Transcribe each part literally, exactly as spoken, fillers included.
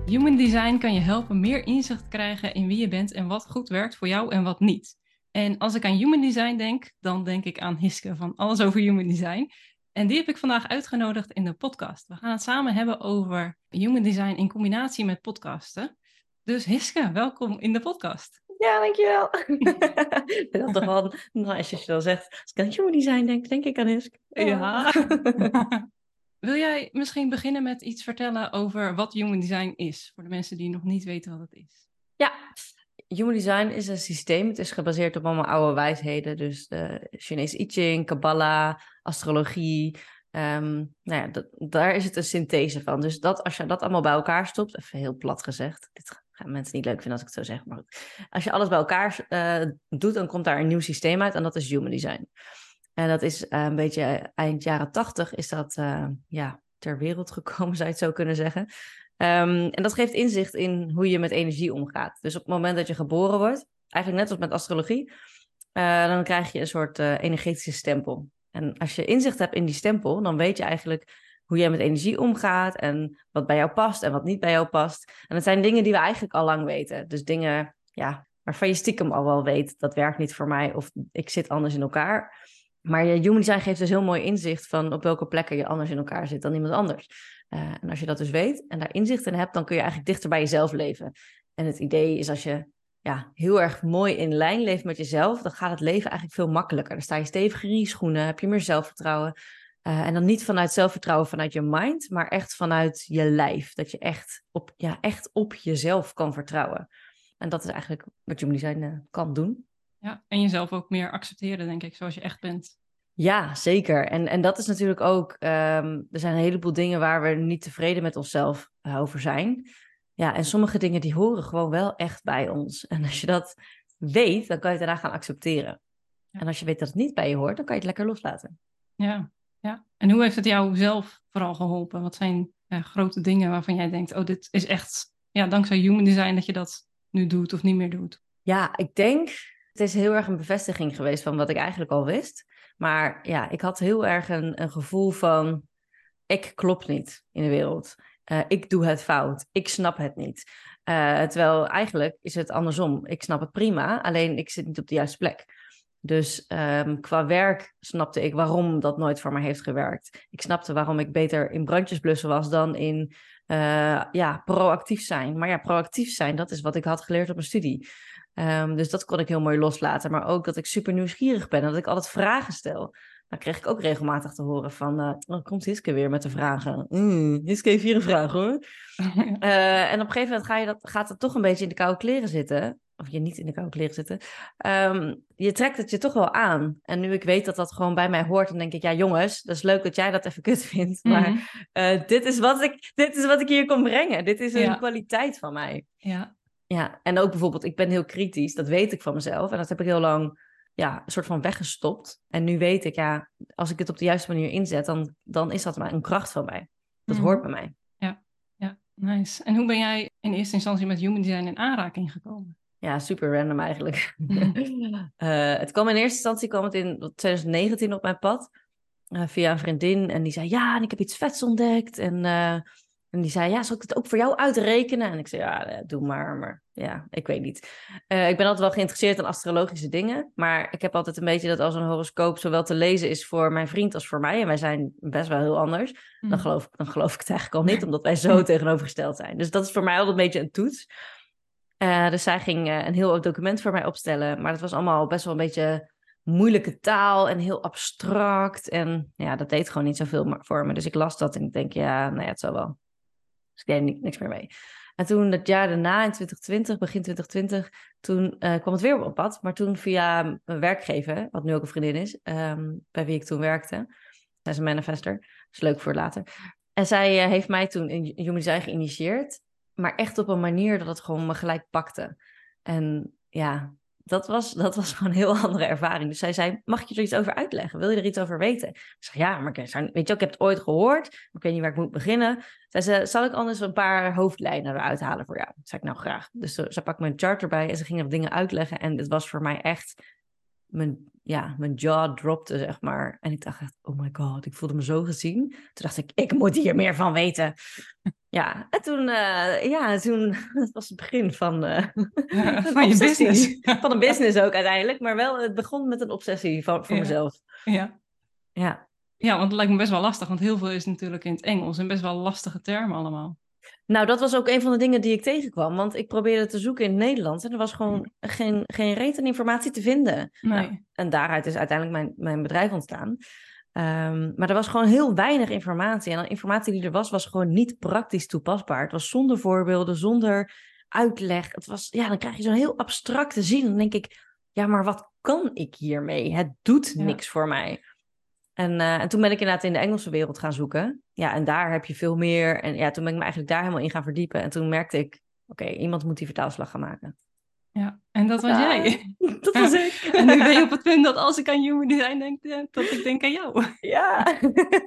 Human design kan je helpen meer inzicht te krijgen in wie je bent en wat goed werkt voor jou en wat niet. En als ik aan human design denk, dan denk ik aan Hiske van Alles over Human Design. En die heb ik vandaag uitgenodigd in de podcast. We gaan het samen hebben over human design in combinatie met podcasten. Dus Hiske, welkom in de podcast. Ja, dankjewel. Dat is toch wel nice als je dan zegt. Als ik aan human design denk, denk ik aan Hisk. Oh. Ja. Wil jij misschien beginnen met iets vertellen over wat human design is? Voor de mensen die nog niet weten wat het is. Ja, human design is een systeem. Het is gebaseerd op allemaal oude wijsheden. Dus de Chinese I Ching, Kabbalah, astrologie. Um, nou ja, dat, daar is het een synthese van. Dus dat, als je dat allemaal bij elkaar stopt, even heel plat gezegd. Dit gaan mensen niet leuk vinden als ik het zo zeg. Maar goed. Als je alles bij elkaar uh, doet, dan komt daar een nieuw systeem uit. En dat is human design. En dat is uh, een beetje eind jaren tachtig is dat uh, ja, ter wereld gekomen, zou je het zo kunnen zeggen. Um, en dat geeft inzicht in hoe je met energie omgaat. Dus op het moment dat je geboren wordt, eigenlijk net als met astrologie, uh, dan krijg je een soort uh, energetische stempel. En als je inzicht hebt in die stempel, dan weet je eigenlijk hoe jij met energie omgaat en wat bij jou past en wat niet bij jou past. En dat zijn dingen die we eigenlijk al lang weten. Dus dingen ja, waarvan je stiekem al wel weet, dat werkt niet voor mij of ik zit anders in elkaar. Maar je human design geeft dus heel mooi inzicht van op welke plekken je anders in elkaar zit dan iemand anders. Uh, en als je dat dus weet en daar inzicht in hebt, dan kun je eigenlijk dichter bij jezelf leven. En het idee is als je ja, heel erg mooi in lijn leeft met jezelf, dan gaat het leven eigenlijk veel makkelijker. Dan sta je steviger in je schoenen, heb je meer zelfvertrouwen. Uh, en dan niet vanuit zelfvertrouwen vanuit je mind, maar echt vanuit je lijf. Dat je echt op, ja, echt op jezelf kan vertrouwen. En dat is eigenlijk wat human design uh, kan doen. Ja, en jezelf ook meer accepteren, denk ik, zoals je echt bent. Ja, zeker. En, en dat is natuurlijk ook... Um, er zijn een heleboel dingen waar we niet tevreden met onszelf uh, over zijn. Ja, en sommige dingen die horen gewoon wel echt bij ons. En als je dat weet, dan kan je het daarna gaan accepteren. Ja. En als je weet dat het niet bij je hoort, dan kan je het lekker loslaten. Ja, ja. En hoe heeft het jou zelf vooral geholpen? Wat zijn uh, grote dingen waarvan jij denkt, oh, dit is echt, ja, dankzij human design dat je dat nu doet of niet meer doet? Ja, ik denk, het is heel erg een bevestiging geweest van wat ik eigenlijk al wist. Maar ja, ik had heel erg een, een gevoel van, ik klop niet in de wereld. Uh, ik doe het fout. Ik snap het niet. Uh, terwijl eigenlijk is het andersom. Ik snap het prima, alleen ik zit niet op de juiste plek. Dus um, qua werk snapte ik waarom dat nooit voor mij heeft gewerkt. Ik snapte waarom ik beter in brandjes blussen was dan in uh, ja, proactief zijn. Maar ja, proactief zijn, dat is wat ik had geleerd op mijn studie. Um, dus dat kon ik heel mooi loslaten. Maar ook dat ik super nieuwsgierig ben en dat ik altijd vragen stel. Dan kreeg ik ook regelmatig te horen van... Uh, oh, komt Hiske weer met de vragen. Mm, Hiske heeft hier een vraag hoor. uh, en op een gegeven moment ga je dat, gaat het toch een beetje in de koude kleren zitten. Of je niet in de koude kleren zitten. Um, je trekt het je toch wel aan. En nu ik weet dat dat gewoon bij mij hoort... dan denk ik, ja jongens, dat is leuk dat jij dat even kut vindt. Maar mm-hmm. uh, dit, is wat ik, dit is wat ik hier kon brengen. Dit is een ja. kwaliteit van mij. Ja. Ja, en ook bijvoorbeeld, ik ben heel kritisch. Dat weet ik van mezelf. En dat heb ik heel lang... ja, een soort van weggestopt. En nu weet ik, ja, als ik het op de juiste manier inzet, dan, dan is dat maar een kracht van mij. Dat mm-hmm. hoort bij mij. Ja, ja, nice. En hoe ben jij in eerste instantie met human design in aanraking gekomen? Ja, super random eigenlijk. uh, het kwam in eerste instantie kwam het in twintig negentien op mijn pad. Uh, via een vriendin. En die zei, ja, en ik heb iets vets ontdekt. En... Uh, En die zei, ja, zal ik het ook voor jou uitrekenen? En ik zei, ja, doe maar, maar ja, ik weet niet. Uh, ik ben altijd wel geïnteresseerd in astrologische dingen. Maar ik heb altijd een beetje dat als een horoscoop zowel te lezen is voor mijn vriend als voor mij. En wij zijn best wel heel anders. Mm. Dan, geloof, dan geloof ik het eigenlijk al niet, omdat wij zo tegenovergesteld zijn. Dus dat is voor mij altijd een beetje een toets. Uh, dus zij ging uh, een heel document voor mij opstellen. Maar dat was allemaal best wel een beetje moeilijke taal en heel abstract. En ja, dat deed gewoon niet zoveel voor me. Dus ik las dat en ik denk, ja, nou ja, het zal wel. Dus ik deed niks meer mee. En toen het jaar daarna, in twintig twintig, begin twintig twintig... toen uh, kwam het weer op mijn pad. Maar toen via een werkgever, wat nu ook een vriendin is... Um, bij wie ik toen werkte. Zij is een manifester. Dat is leuk voor later. En zij uh, heeft mij toen in human design geïnitieerd. Maar echt op een manier dat het gewoon me gelijk pakte. En ja... Dat was, dat was gewoon een heel andere ervaring. Dus zij zei, mag ik je er iets over uitleggen? Wil je er iets over weten? Ik zei, ja, maar ik, weet je, ik heb het ooit gehoord. Maar ik weet niet waar ik moet beginnen. Zij zei, zal ik anders een paar hoofdlijnen eruit halen voor jou? Dat zei ik, nou graag. Dus ze, ze pakte mijn chart erbij en ze ging er dingen uitleggen. En het was voor mij echt, mijn, ja, mijn jaw dropte, zeg maar. En ik dacht echt, oh my god, ik voelde me zo gezien. Toen dacht ik, ik moet hier meer van weten. Ja, en toen, uh, ja, toen, het was het begin van, uh, Uh, een van je obsessie. business. Van een business ook uiteindelijk, maar wel, het begon met een obsessie van, voor Ja. mezelf. Ja. Ja. Ja, want het lijkt me best wel lastig, want heel veel is natuurlijk in het Engels en best wel lastige termen allemaal. Nou, dat was ook een van de dingen die ik tegenkwam, want ik probeerde te zoeken in het Nederlands en er was gewoon geen, geen reet aan informatie te vinden. Nee. Nou, en daaruit is uiteindelijk mijn, mijn bedrijf ontstaan. Um, maar er was gewoon heel weinig informatie. En de informatie die er was, was gewoon niet praktisch toepasbaar. Het was zonder voorbeelden, zonder uitleg. Het was, ja, dan krijg je zo'n heel abstracte zin. Dan denk ik, ja, maar wat kan ik hiermee? Het doet Ja. niks voor mij. En, uh, en toen ben ik inderdaad in de Engelse wereld gaan zoeken. Ja, en daar heb je veel meer. En ja, toen ben ik me eigenlijk daar helemaal in gaan verdiepen. En toen merkte ik, oké, okay, iemand moet die vertaalslag gaan maken. Ja, en dat was ja, jij. Dat was ik. En nu ben je op het punt dat als ik aan human design denk, dat ik denk aan jou. Ja.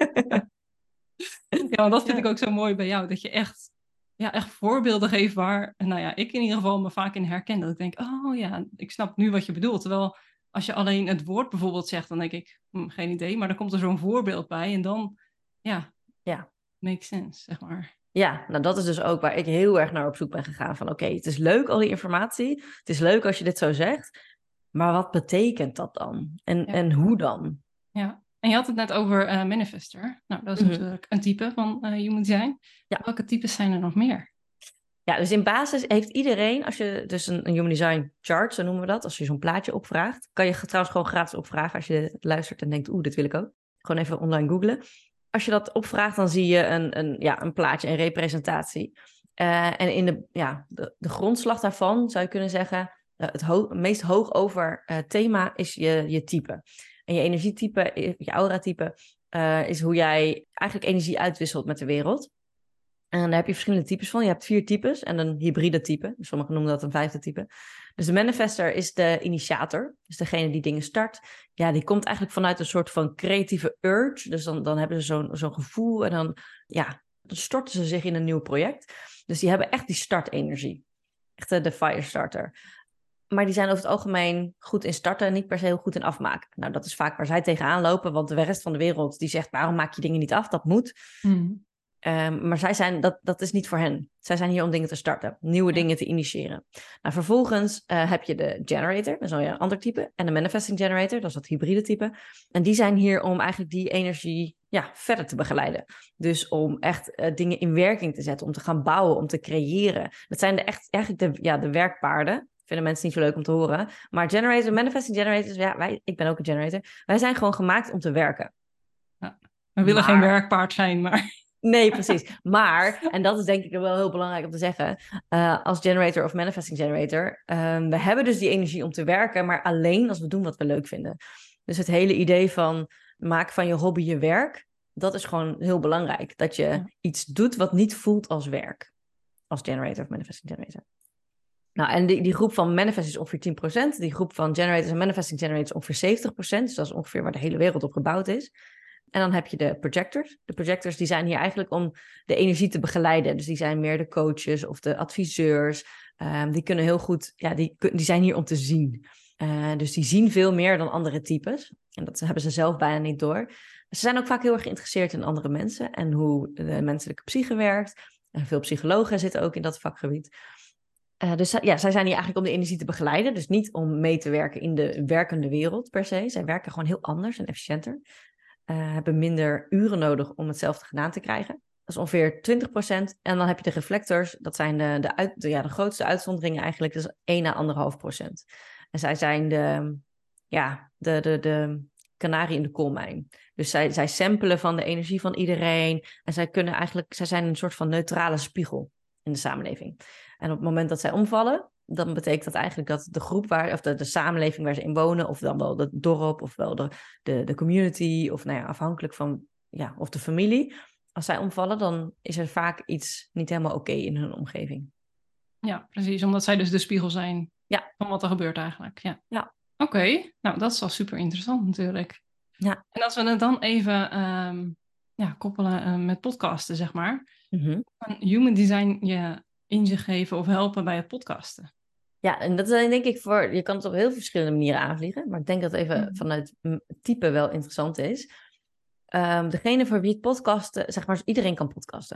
Ja, want dat vind ja. ik ook zo mooi bij jou. Dat je echt, ja, echt voorbeelden geeft waar, nou ja, ik in ieder geval me vaak in herken. Dat ik denk, oh ja, ik snap nu wat je bedoelt. Terwijl als je alleen het woord bijvoorbeeld zegt, dan denk ik, hm, geen idee. Maar dan komt er zo'n voorbeeld bij en dan, ja, ja. makes sense, zeg maar. Ja, nou dat is dus ook waar ik heel erg naar op zoek ben gegaan. Van oké, okay, het is leuk al die informatie. Het is leuk als je dit zo zegt. Maar wat betekent dat dan? En, Ja. en hoe dan? Ja, en je had het net over uh, manifester. Nou, dat is mm-hmm. natuurlijk een type van uh, human design. Ja. Welke types zijn er nog meer? Ja, dus in basis heeft iedereen, als je dus een, een human design chart, zo noemen we dat, als je zo'n plaatje opvraagt, kan je trouwens gewoon gratis opvragen als je luistert en denkt, oeh, dit wil ik ook. Gewoon even online googlen. Als je dat opvraagt, dan zie je een, een, ja, een plaatje, een representatie. Uh, en in de, ja, de, de grondslag daarvan zou je kunnen zeggen, uh, het ho- meest hoog over uh, thema is je, je type. En je energietype, je auratype, uh, is hoe jij eigenlijk energie uitwisselt met de wereld. En daar heb je verschillende types van. Je hebt vier types en een hybride type. Sommigen noemen dat een vijfde type. Dus de manifester is de initiator. Dus degene die dingen start. Ja, die komt eigenlijk vanuit een soort van creatieve urge. Dus dan, dan hebben ze zo'n, zo'n gevoel en dan, ja, dan storten ze zich in een nieuw project. Dus die hebben echt die startenergie. Echt de, de firestarter. Maar die zijn over het algemeen goed in starten en niet per se heel goed in afmaken. Nou, dat is vaak waar zij tegenaan lopen. Want de rest van de wereld die zegt, waarom maak je dingen niet af? Dat moet. Mm. Um, maar zij zijn, dat, dat is niet voor hen. Zij zijn hier om dingen te starten, nieuwe ja. dingen te initiëren. Nou, vervolgens uh, heb je de generator, dat is al een ander type. En de manifesting generator, dat is dat hybride type. En die zijn hier om eigenlijk die energie ja, verder te begeleiden. Dus om echt uh, dingen in werking te zetten, om te gaan bouwen, om te creëren. Dat zijn de echt, eigenlijk de, ja, de werkpaarden. Vinden mensen niet zo leuk om te horen. Maar generator, manifesting generators, ja, wij, ik ben ook een generator. Wij zijn gewoon gemaakt om te werken. Ja, we willen maar... geen werkpaard zijn, maar... Nee, precies. Maar, en dat is denk ik wel heel belangrijk om te zeggen, uh, als generator of manifesting generator, um, we hebben dus die energie om te werken, maar alleen als we doen wat we leuk vinden. Dus het hele idee van maak van je hobby je werk, dat is gewoon heel belangrijk. Dat je ja. iets doet wat niet voelt als werk. Als generator of manifesting generator. Nou, en die, die groep van manifestors is ongeveer tien procent. Die groep van generators en manifesting generators is ongeveer zeventig procent. Dus dat is ongeveer waar de hele wereld op gebouwd is. En dan heb je de projectors. De projectors die zijn hier eigenlijk om de energie te begeleiden. Dus die zijn meer de coaches of de adviseurs. Um, die kunnen heel goed, ja, die, die zijn hier om te zien. Uh, dus die zien veel meer dan andere types. En dat hebben ze zelf bijna niet door. Ze zijn ook vaak heel erg geïnteresseerd in andere mensen en hoe de menselijke psyche werkt. En veel psychologen zitten ook in dat vakgebied. Uh, dus ja, zij zijn hier eigenlijk om de energie te begeleiden. Dus niet om mee te werken in de werkende wereld per se. Zij werken gewoon heel anders en efficiënter. Uh, hebben minder uren nodig om hetzelfde gedaan te krijgen. Dat is ongeveer twintig procent. En dan heb je de reflectors. Dat zijn de, de, uit, de, ja, de grootste uitzonderingen eigenlijk. Dat is één à anderhalf procent. En zij zijn de, ja, de, de, de kanarie in de koolmijn. Dus zij, zij samplen van de energie van iedereen. En zij kunnen eigenlijk, zij zijn een soort van neutrale spiegel in de samenleving. En op het moment dat zij omvallen, dan betekent dat eigenlijk dat de groep waar, of de, de samenleving waar ze in wonen, of dan wel het dorp, of wel de, de, de community, of nou ja, afhankelijk van, ja, of de familie. Als zij omvallen, dan is er vaak iets niet helemaal oké okay in hun omgeving. Ja, precies. Omdat zij dus de spiegel zijn ja. van wat er gebeurt eigenlijk. Ja. ja. Oké, okay. Nou dat is al super interessant natuurlijk. Ja. En als we het dan even um, ja, koppelen uh, met podcasten, zeg maar. Mm-hmm. Een human design je inzicht geven of helpen bij het podcasten. Ja, en dat is denk ik voor... Je kan het op heel veel verschillende manieren aanvliegen. Maar ik denk dat het even mm. vanuit type wel interessant is. Um, degene voor wie het podcasten... Zeg maar, iedereen kan podcasten.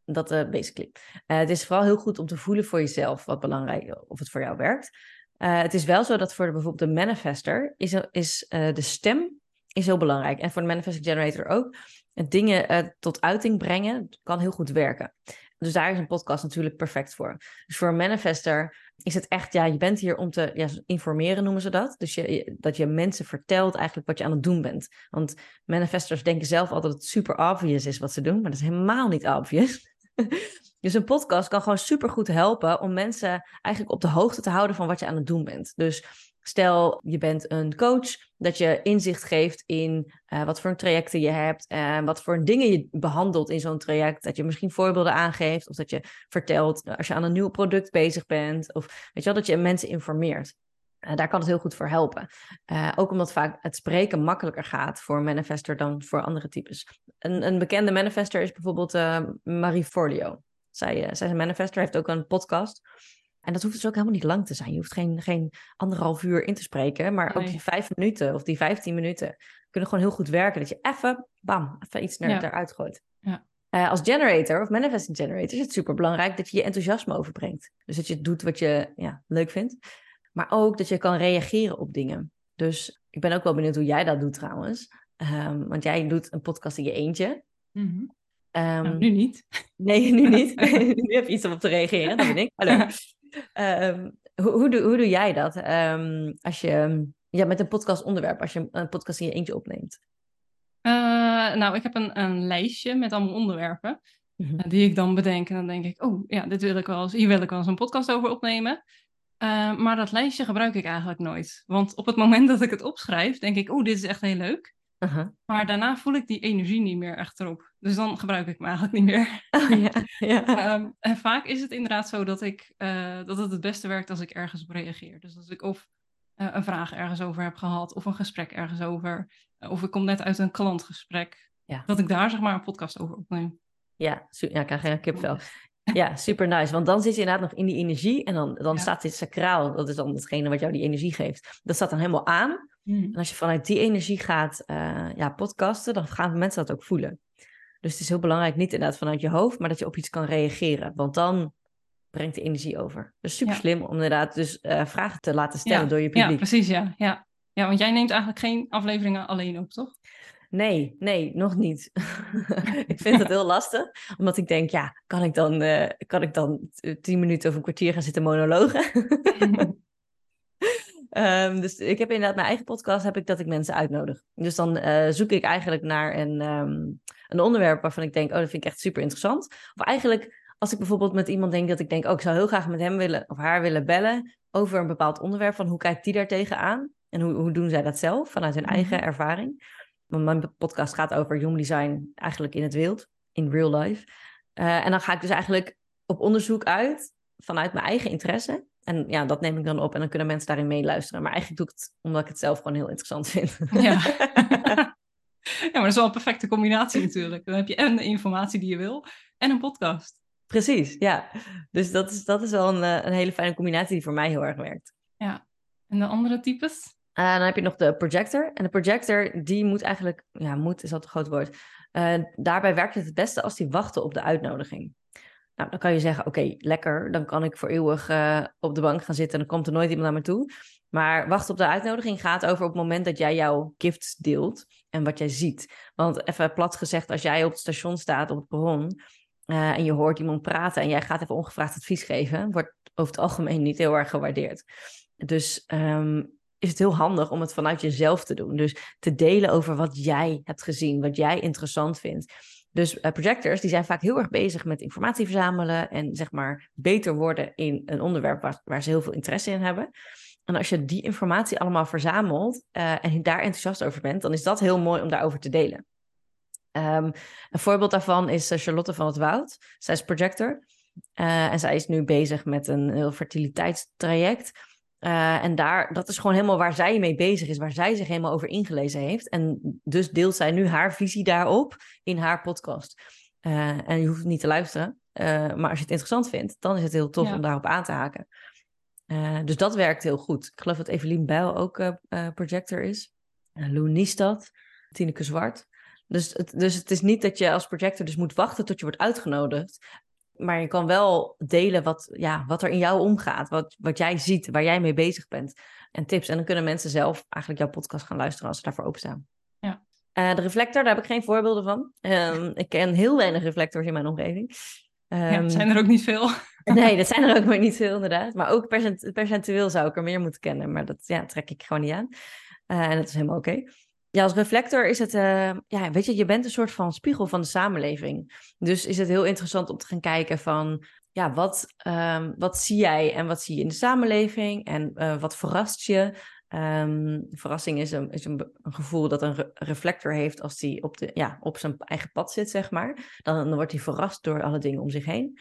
Dat uh, basically. Uh, het is vooral heel goed om te voelen voor jezelf wat belangrijk, of het voor jou werkt. Uh, het is wel zo dat voor de, bijvoorbeeld de manifester is, is uh, de stem is heel belangrijk. En voor de manifesting generator ook. En dingen uh, tot uiting brengen kan heel goed werken. Dus daar is een podcast natuurlijk perfect voor. Dus voor een manifester is het echt, ja, je bent hier om te ja, informeren, noemen ze dat. Dus je, dat je mensen vertelt eigenlijk wat je aan het doen bent. Want manifestors denken zelf altijd dat het super obvious is wat ze doen, maar dat is helemaal niet obvious. Dus een podcast kan gewoon super goed helpen om mensen eigenlijk op de hoogte te houden van wat je aan het doen bent. Dus stel, je bent een coach, dat je inzicht geeft in uh, wat voor trajecten je hebt en wat voor dingen je behandelt in zo'n traject. Dat je misschien voorbeelden aangeeft of dat je vertelt als je aan een nieuw product bezig bent. Of weet je wel, dat je mensen informeert. Uh, daar kan het heel goed voor helpen. Uh, ook omdat vaak het spreken makkelijker gaat voor een manifester dan voor andere types. Een, een bekende manifester is bijvoorbeeld uh, Marie Forleo. Zij, uh, zij is een manifester, heeft ook een podcast. En dat hoeft dus ook helemaal niet lang te zijn. Je hoeft geen, geen anderhalf uur in te spreken. Maar nee. Ook die vijf minuten of die vijftien minuten kunnen gewoon heel goed werken. Dat je even, bam, even iets naar, ja. eruit gooit. Ja. Uh, als generator of manifesting generator is het super belangrijk dat je je enthousiasme overbrengt. Dus dat je doet wat je ja, leuk vindt. Maar ook dat je kan reageren op dingen. Dus ik ben ook wel benieuwd hoe jij dat doet trouwens. Um, want jij doet een podcast in je eentje. Mm-hmm. Um, nou, nu niet. Nee, nu niet. Nu heb je iets om op te reageren. Dat ben ik. Hallo. Um, hoe, hoe, doe, hoe doe jij dat? Um, als je ja, met een podcast onderwerp, als je een podcast in je eentje opneemt? Uh, nou, ik heb een, een lijstje met allemaal onderwerpen. Mm-hmm. uh, die ik dan bedenk. En dan denk ik, oh ja, dit wil ik wel eens, hier wil ik wel eens een podcast over opnemen. Uh, maar dat lijstje gebruik ik eigenlijk nooit. Want op het moment dat ik het opschrijf, denk ik, oh, dit is echt heel leuk. Uh-huh. Maar daarna voel ik die energie niet meer echt erop. Dus dan gebruik ik hem eigenlijk niet meer. Oh, ja, ja. um, en vaak is het inderdaad zo dat, ik, uh, dat het het beste werkt als ik ergens op reageer. Dus als ik of uh, een vraag ergens over heb gehad, of een gesprek ergens over, uh, of ik kom net uit een klantgesprek, ja. dat ik daar zeg maar een podcast over opneem. Ja, su- ja ik krijg geen kipvel. Ja, super nice. Want dan zit je inderdaad nog in die energie en dan, dan ja. staat dit sacraal, dat is dan hetgene wat jou die energie geeft. Dat staat dan helemaal aan. Mm. En als je vanuit die energie gaat uh, ja, podcasten, dan gaan mensen dat ook voelen. Dus het is heel belangrijk, niet inderdaad vanuit je hoofd, maar dat je op iets kan reageren. Want dan brengt de energie over. Dus super ja. slim om inderdaad dus uh, vragen te laten stellen ja. door je publiek. Ja, precies, ja. ja. Ja, want jij neemt eigenlijk geen afleveringen alleen op, toch? Nee, nee, nog niet. Ik vind het heel lastig, omdat ik denk, ja, kan ik dan, uh, kan ik dan tien minuten of een kwartier gaan zitten monologen? um, dus ik heb inderdaad mijn eigen podcast, heb ik dat ik mensen uitnodig. Dus dan uh, zoek ik eigenlijk naar een, um, een onderwerp waarvan ik denk, oh, dat vind ik echt super interessant. Of eigenlijk, als ik bijvoorbeeld met iemand denk dat ik denk, oh, ik zou heel graag met hem willen of haar willen bellen over een bepaald onderwerp, van hoe kijkt die daar tegenaan? En hoe, hoe doen zij dat zelf, vanuit hun mm-hmm. eigen ervaring? Want mijn podcast gaat over human design eigenlijk in het wild, in real life. Uh, en dan ga ik dus eigenlijk op onderzoek uit vanuit mijn eigen interesse. En ja, dat neem ik dan op en dan kunnen mensen daarin meeluisteren. Maar eigenlijk doe ik het omdat ik het zelf gewoon heel interessant vind. Ja, ja, maar dat is wel een perfecte combinatie natuurlijk. Dan heb je en de informatie die je wil en een podcast. Precies, ja. Dus dat is, dat is wel een, een hele fijne combinatie die voor mij heel erg werkt. Ja, en de andere types? Uh, dan heb je nog de projector. En de projector, die moet eigenlijk... Ja, moet is altijd een groot woord. Uh, daarbij werkt het het beste als die wachten op de uitnodiging. Nou, dan kan je zeggen, oké, okay, lekker. Dan kan ik voor eeuwig uh, op de bank gaan zitten en dan komt er nooit iemand naar me toe. Maar wachten op de uitnodiging gaat over op het moment dat jij jouw gifts deelt en wat jij ziet. Want even plat gezegd, als jij op het station staat, op het perron, uh, en je hoort iemand praten en jij gaat even ongevraagd advies geven, wordt over het algemeen niet heel erg gewaardeerd. Dus... Um, is het heel handig om het vanuit jezelf te doen. Dus te delen over wat jij hebt gezien, wat jij interessant vindt. Dus uh, projectors, die zijn vaak heel erg bezig met informatie verzamelen en zeg maar beter worden in een onderwerp waar, waar ze heel veel interesse in hebben. En als je die informatie allemaal verzamelt uh, en daar enthousiast over bent, dan is dat heel mooi om daarover te delen. Um, een voorbeeld daarvan is uh, Charlotte van het Woud. Zij is projector uh, en zij is nu bezig met een heel fertiliteitstraject. Uh, en daar, dat is gewoon helemaal waar zij mee bezig is, waar zij zich helemaal over ingelezen heeft. En dus deelt zij nu haar visie daarop in haar podcast. Uh, en je hoeft niet te luisteren, uh, maar als je het interessant vindt, dan is het heel tof ja. om daarop aan te haken. Uh, dus dat werkt heel goed. Ik geloof dat Evelien Bijl ook uh, uh, projector is. Uh, Lou Niestad, Tineke Zwart. Dus het, dus het is niet dat je als projector dus moet wachten tot je wordt uitgenodigd. Maar je kan wel delen wat, ja, wat er in jou omgaat. Wat, wat jij ziet, waar jij mee bezig bent. En tips. En dan kunnen mensen zelf eigenlijk jouw podcast gaan luisteren als ze daarvoor openstaan. Ja. Uh, de reflector, daar heb ik geen voorbeelden van. Um, ik ken heel weinig reflectors in mijn omgeving. Um, ja, het zijn er ook niet veel. Nee, dat zijn er ook maar niet veel inderdaad. Maar ook percent, percentueel zou ik er meer moeten kennen. Maar dat ja, trek ik gewoon niet aan. Uh, en dat is helemaal oké. Okay. Ja, als reflector is het... Uh, ja, weet je, je bent een soort van spiegel van de samenleving. Dus is het heel interessant om te gaan kijken van... Ja, wat, um, wat zie jij en wat zie je in de samenleving? En uh, wat verrast je? Um, verrassing is, een, is een, een gevoel dat een re- reflector heeft als hij op, de, ja, op zijn eigen pad zit, zeg maar. Dan, dan wordt hij verrast door alle dingen om zich heen.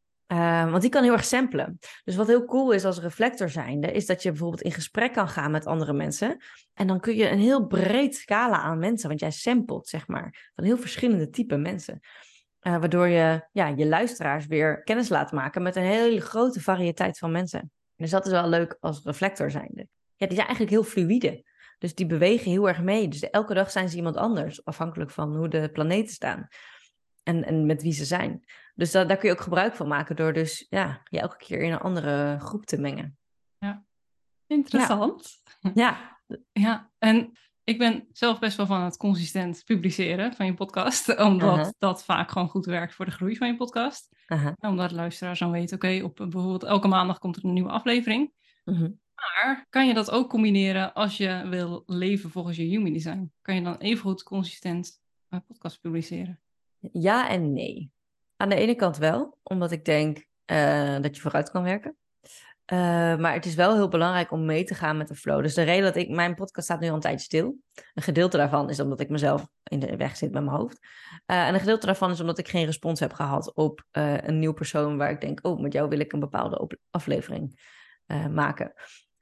Uh, want die kan heel erg samplen. Dus wat heel cool is als reflector zijnde, is dat je bijvoorbeeld in gesprek kan gaan met andere mensen. En dan kun je een heel breed scala aan mensen, want jij samplet, zeg maar, van heel verschillende type mensen. Uh, waardoor je ja, je luisteraars weer kennis laat maken met een hele grote variëteit van mensen. Dus dat is wel leuk als reflector zijnde. Ja, die zijn eigenlijk heel fluïde. Dus die bewegen heel erg mee. Dus elke dag zijn ze iemand anders, afhankelijk van hoe de planeten staan. En, en met wie ze zijn. Dus da- daar kun je ook gebruik van maken door dus ja, je elke keer in een andere groep te mengen. Ja, interessant. Ja. ja. Ja, en ik ben zelf best wel van het consistent publiceren van je podcast. Omdat uh-huh. dat vaak gewoon goed werkt voor de groei van je podcast. Uh-huh. Omdat luisteraars dan weten, oké, okay, op bijvoorbeeld elke maandag komt er een nieuwe aflevering. Uh-huh. Maar kan je dat ook combineren als je wil leven volgens je human design? Kan je dan even goed consistent een podcast publiceren? Ja en nee. Aan de ene kant wel, omdat ik denk uh, dat je vooruit kan werken. Uh, maar het is wel heel belangrijk om mee te gaan met de flow. Dus de reden dat ik... Mijn podcast staat nu al een tijdje stil. Een gedeelte daarvan is omdat ik mezelf in de weg zit met mijn hoofd. Uh, en een gedeelte daarvan is omdat ik geen respons heb gehad op uh, een nieuw persoon waar ik denk... oh, met jou wil ik een bepaalde op- aflevering uh, maken.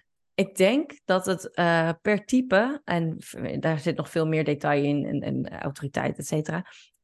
Ik denk dat het uh, per type... en daar zit nog veel meer detail in en, en autoriteit, et cetera...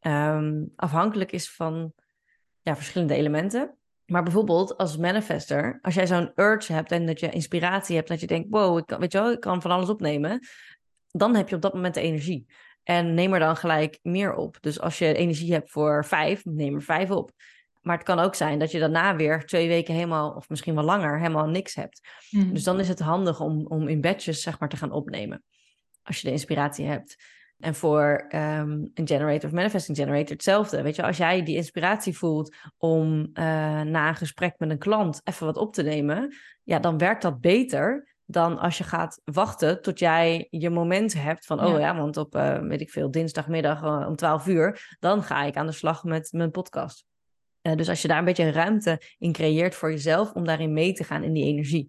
Um, afhankelijk is van ja, verschillende elementen. Maar bijvoorbeeld als manifester, als jij zo'n urge hebt en dat je inspiratie hebt, dat je denkt, wow, ik kan, weet je wel, ik kan van alles opnemen, dan heb je op dat moment de energie. En neem er dan gelijk meer op. Dus als je energie hebt voor vijf, neem er vijf op. Maar het kan ook zijn dat je daarna weer twee weken helemaal, of misschien wel langer, helemaal niks hebt. Mm. Dus dan is het handig om, om in batches, zeg maar, te gaan opnemen. Als je de inspiratie hebt. En voor um, een generator of manifesting generator hetzelfde. Weet je, als jij die inspiratie voelt om uh, na een gesprek met een klant even wat op te nemen, ja, dan werkt dat beter dan als je gaat wachten tot jij je moment hebt van, ja. oh ja, want op, uh, weet ik veel, dinsdagmiddag uh, om twaalf uur, dan ga ik aan de slag met mijn podcast. Uh, dus als je daar een beetje ruimte in creëert voor jezelf om daarin mee te gaan in die energie.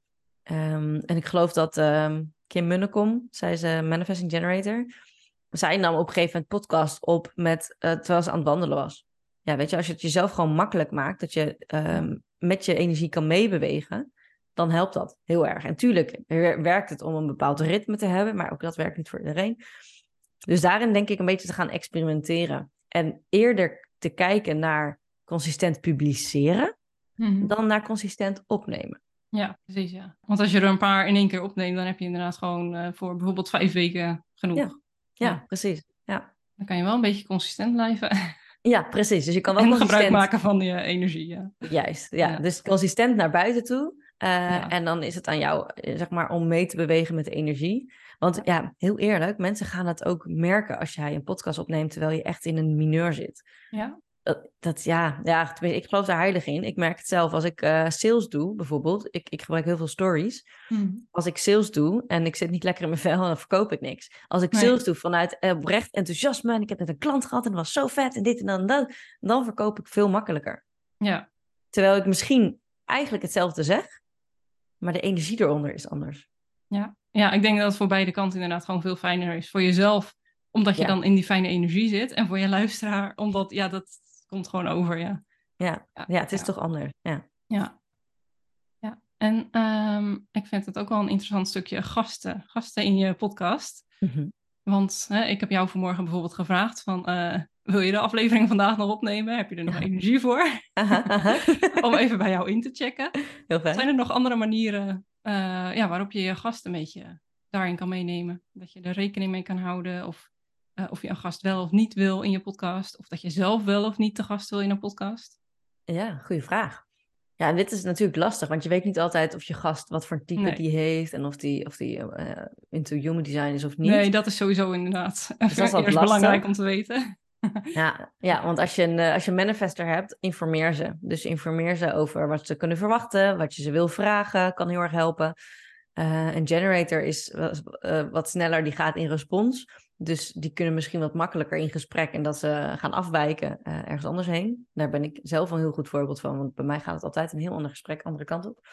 Um, en ik geloof dat um, Kim Munnekom, zij is een manifesting generator, zij nam op een gegeven moment podcast op met, uh, terwijl ze aan het wandelen was. Ja, weet je, als je het jezelf gewoon makkelijk maakt, dat je um, met je energie kan meebewegen, dan helpt dat heel erg. En tuurlijk werkt het om een bepaald ritme te hebben, maar ook dat werkt niet voor iedereen. Dus daarin denk ik een beetje te gaan experimenteren. En eerder te kijken naar consistent publiceren, mm-hmm. dan naar consistent opnemen. Ja, precies, ja. Want als je er een paar in één keer opneemt, dan heb je inderdaad gewoon uh, voor bijvoorbeeld vijf weken genoeg. Ja. Ja, ja, precies. Ja. Dan kan je wel een beetje consistent blijven. Ja, precies. Dus je kan wel en consistent... gebruik maken van je energie. Ja. Juist, ja. ja. Dus consistent naar buiten toe. Uh, ja. En dan is het aan jou, zeg maar, om mee te bewegen met de energie. Want ja. ja, heel eerlijk, mensen gaan het ook merken als jij een podcast opneemt terwijl je echt in een mineur zit. Ja. Dat, dat ja, ja, ik geloof daar heilig in. Ik merk het zelf als ik uh, sales doe, bijvoorbeeld. Ik, ik gebruik heel veel stories. Hmm. Als ik sales doe en ik zit niet lekker in mijn vel, dan verkoop ik niks. Als ik nee. sales doe vanuit uh, oprecht enthousiasme en ik heb net een klant gehad en dat was zo vet en dit en dan en dat, dan verkoop ik veel makkelijker. Ja. Terwijl ik misschien eigenlijk hetzelfde zeg, maar de energie eronder is anders. Ja, ja, ik denk dat het voor beide kanten inderdaad gewoon veel fijner is. Voor jezelf, omdat je ja. dan in die fijne energie zit. En voor je luisteraar, omdat, ja, dat komt gewoon over, ja. Ja, ja, ja het is ja. toch anders, ja. Ja, ja. En um, ik vind het ook wel een interessant stukje gasten, gasten in je podcast. Mm-hmm. Want hè, ik heb jou vanmorgen bijvoorbeeld gevraagd van... Uh, wil je de aflevering vandaag nog opnemen? Heb je er nog energie voor? Aha, aha. Om even bij jou in te checken. Heel fijn. Zijn er nog andere manieren uh, ja, waarop je je gast een beetje daarin kan meenemen? Dat je er rekening mee kan houden? Of Uh, of je een gast wel of niet wil in je podcast. Of dat je zelf wel of niet te gast wil in een podcast. Ja, goede vraag. Ja, en dit is natuurlijk lastig, want je weet niet altijd of je gast wat voor type nee. die heeft en of die, of die uh, into human design is of niet. Nee, dat is sowieso inderdaad dus dat is eerst belangrijk om te weten. ja, ja, want als je, een, als je een manifester hebt, informeer ze. Dus informeer ze over wat ze kunnen verwachten, wat je ze wil vragen, kan heel erg helpen. Uh, een generator is uh, wat sneller, die gaat in respons. Dus die kunnen misschien wat makkelijker in gesprek en dat ze gaan afwijken uh, ergens anders heen. Daar ben ik zelf een heel goed voorbeeld van, want bij mij gaat het altijd een heel ander gesprek, andere kant op.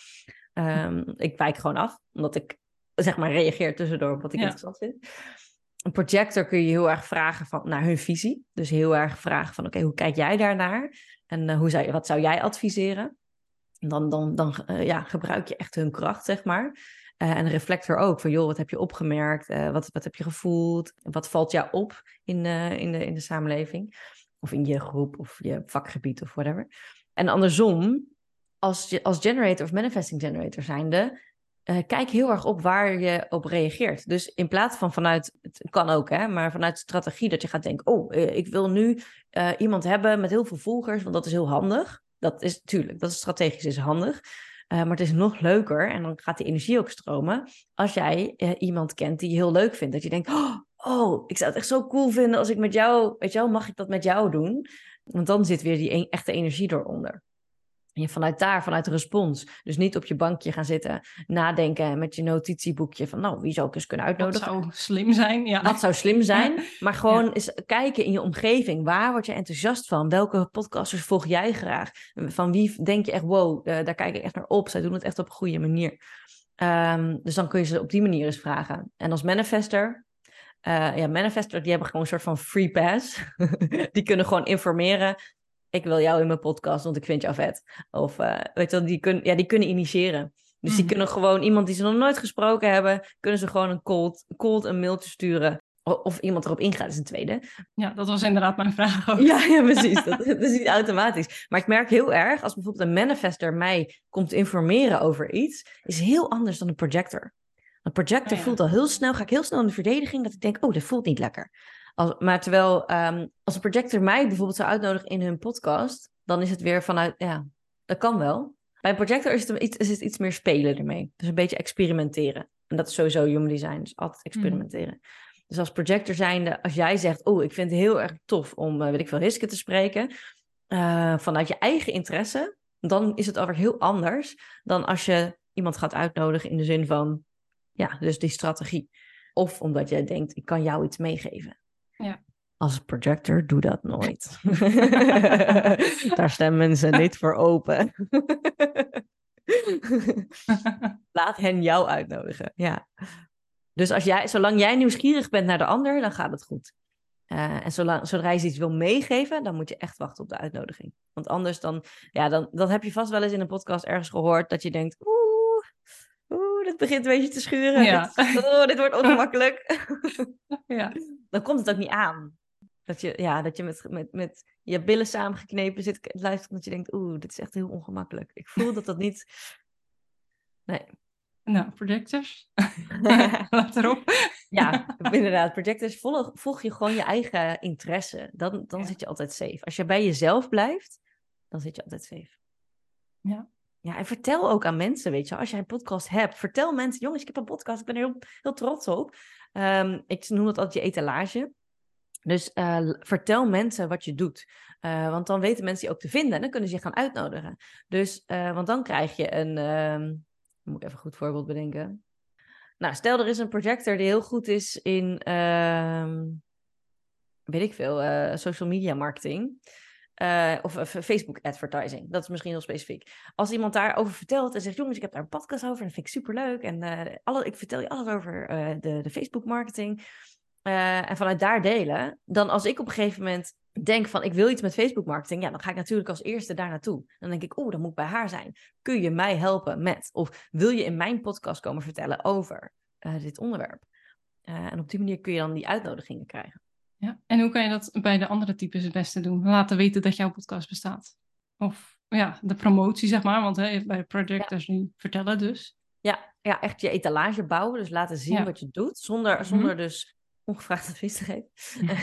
Um, ik wijk gewoon af, omdat ik zeg maar reageer tussendoor op wat ik ja. interessant vind. Een projector kun je heel erg vragen van, naar hun visie. Dus heel erg vragen van, oké, okay, hoe kijk jij daarnaar? En uh, hoe zou, wat zou jij adviseren? Dan, dan, dan uh, ja, gebruik je echt hun kracht, zeg maar. Uh, en een reflector ook, van joh, wat heb je opgemerkt? Uh, wat, wat heb je gevoeld? Wat valt jou op in, uh, in, de, in de samenleving? Of in je groep of je vakgebied of whatever. En andersom, als, je, als generator of manifesting generator zijnde, uh, kijk heel erg op waar je op reageert. Dus in plaats van vanuit, het kan ook hè, maar vanuit strategie dat je gaat denken, oh, uh, ik wil nu uh, iemand hebben met heel veel volgers, want dat is heel handig. Dat is natuurlijk, dat is strategisch is handig. Uh, maar het is nog leuker, en dan gaat die energie ook stromen, als jij uh, iemand kent die je heel leuk vindt. Dat je denkt, oh, oh, ik zou het echt zo cool vinden als ik met jou, weet je wel, mag ik dat met jou doen? Want dan zit weer die een, echte energie eronder. En je vanuit daar, vanuit de respons, dus niet op je bankje gaan zitten, nadenken met je notitieboekje van, nou, wie zou ik eens kunnen uitnodigen? Wat zou slim zijn, ja. Wat zou slim zijn, maar gewoon ja. eens kijken in je omgeving. Waar word je enthousiast van? Welke podcasters volg jij graag? Van wie denk je echt, wow, uh, daar kijk ik echt naar op. Zij doen het echt op een goede manier. Um, dus dan kun je ze op die manier eens vragen. En als manifester, uh, ja, manifester, die hebben gewoon een soort van free pass. Die kunnen gewoon informeren. Ik wil jou in mijn podcast, want ik vind jou vet. Of uh, weet je wel, die, kun, ja, die kunnen initiëren. Dus mm-hmm. die kunnen gewoon iemand die ze nog nooit gesproken hebben, kunnen ze gewoon een cold, cold een mailtje sturen. Of, of iemand erop ingaat, is een tweede. Ja, dat was inderdaad mijn vraag ook. Ja, ja precies. Dat, dat is niet automatisch. Maar ik merk heel erg, als bijvoorbeeld een manifester mij komt informeren over iets, is heel anders dan een projector. Een projector oh, ja. voelt al heel snel, ga ik heel snel in de verdediging, dat ik denk, oh, dat voelt niet lekker. Als, maar terwijl, um, als een projector mij bijvoorbeeld zou uitnodigen in hun podcast, dan is het weer vanuit, ja, dat kan wel. Bij een projector is het, iets, is het iets meer spelen ermee. Dus een beetje experimenteren. En dat is sowieso human design, dus altijd experimenteren. Mm. Dus als projector zijnde, als jij zegt, oh, ik vind het heel erg tof om, uh, weet ik veel, Hiske te spreken, uh, vanuit je eigen interesse, dan is het alweer heel anders dan als je iemand gaat uitnodigen in de zin van, ja, dus die strategie. Of omdat jij denkt, ik kan jou iets meegeven. Ja. Als projector, doe dat nooit. Daar staan mensen niet voor open. Laat hen jou uitnodigen, ja. Dus als jij, zolang jij nieuwsgierig bent naar de ander, dan gaat het goed. Uh, en zolang, zodra je iets wil meegeven, dan moet je echt wachten op de uitnodiging. Want anders dan, ja, dan, dan heb je vast wel eens in een podcast ergens gehoord dat je denkt, oeh, oeh, dit begint een beetje te schuren. Ja. Dit, oh, dit wordt ongemakkelijk. Ja. Dan komt het ook niet aan. Dat je, ja, dat je met, met, met je billen samengeknepen zit, luistert dat je denkt, oeh, dit is echt heel ongemakkelijk. Ik voel dat dat niet... Nee. Nou, projectors. Laat erop. Ja, inderdaad. Projectors, volg, volg je gewoon je eigen interesse. Dan, dan ja. zit je altijd safe. Als je bij jezelf blijft, dan zit je altijd safe. Ja. Ja, en vertel ook aan mensen, weet je, als jij een podcast hebt, vertel mensen, jongens, ik heb een podcast, ik ben er heel, heel trots op. Um, ik noem dat altijd je etalage. Dus uh, vertel mensen wat je doet. Uh, want dan weten mensen je ook te vinden en dan kunnen ze je gaan uitnodigen. Dus, uh, want dan krijg je een... Um, moet ik even een goed voorbeeld bedenken. Nou, stel er is een projector die heel goed is in, uh, weet ik veel, uh, social media marketing. Uh, of uh, Facebook advertising. Dat is misschien heel specifiek. Als iemand daarover vertelt en zegt, jongens, ik heb daar een podcast over en dat vind ik superleuk. En uh, alle, ik vertel je alles over uh, de, de Facebook marketing. Uh, en vanuit daar delen. Dan als ik op een gegeven moment denk van, ik wil iets met Facebook marketing. Ja, dan ga ik natuurlijk als eerste daar naartoe. Dan denk ik, oeh, dat moet bij haar zijn. Kun je mij helpen met? Of wil je in mijn podcast komen vertellen over uh, dit onderwerp? Uh, en op die manier kun je dan die uitnodigingen krijgen. Ja, en hoe kan je dat bij de andere types het beste doen? Laten weten dat jouw podcast bestaat. Of ja, de promotie, zeg maar. Want hè, bij projectors ja. nu vertellen dus. Ja, ja, echt je etalage bouwen. Dus laten zien ja. wat je doet. Zonder, mm-hmm. zonder dus ongevraagd advies te geven.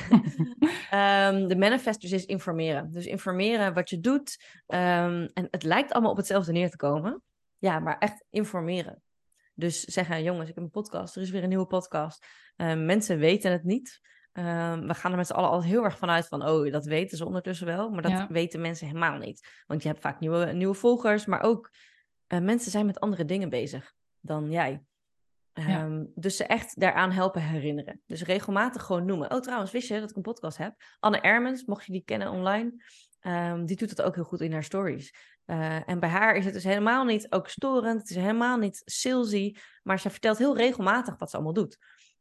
um, de manifest is informeren. Dus informeren wat je doet. Um, en het lijkt allemaal op hetzelfde neer te komen. Ja, maar echt informeren. Dus zeggen, jongens, ik heb een podcast. Er is weer een nieuwe podcast. Uh, mensen weten het niet. Um, we gaan er met z'n allen al heel erg vanuit van... oh, dat weten ze ondertussen wel. Maar dat ja. weten mensen helemaal niet. Want je hebt vaak nieuwe, nieuwe volgers. Maar ook uh, mensen zijn met andere dingen bezig dan jij. Ja. Um, dus ze echt daaraan helpen herinneren. Dus regelmatig gewoon noemen. Oh, trouwens, wist je dat ik een podcast heb? Anne Ermens, mocht je die kennen online... Um, die doet het ook heel goed in haar stories. Uh, en bij haar is het dus helemaal niet ook storend. Het is helemaal niet salesy. Maar ze vertelt heel regelmatig wat ze allemaal doet.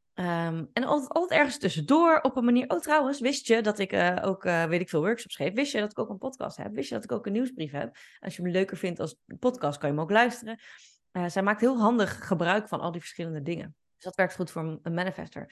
Um, en altijd, altijd ergens tussendoor op een manier... Oh, trouwens, wist je dat ik uh, ook, uh, weet ik veel, workshops geef? Wist je dat ik ook een podcast heb? Wist je dat ik ook een nieuwsbrief heb? Als je hem leuker vindt als podcast, kan je hem ook luisteren. Uh, zij maakt heel handig gebruik van al die verschillende dingen. Dus dat werkt goed voor een manifester.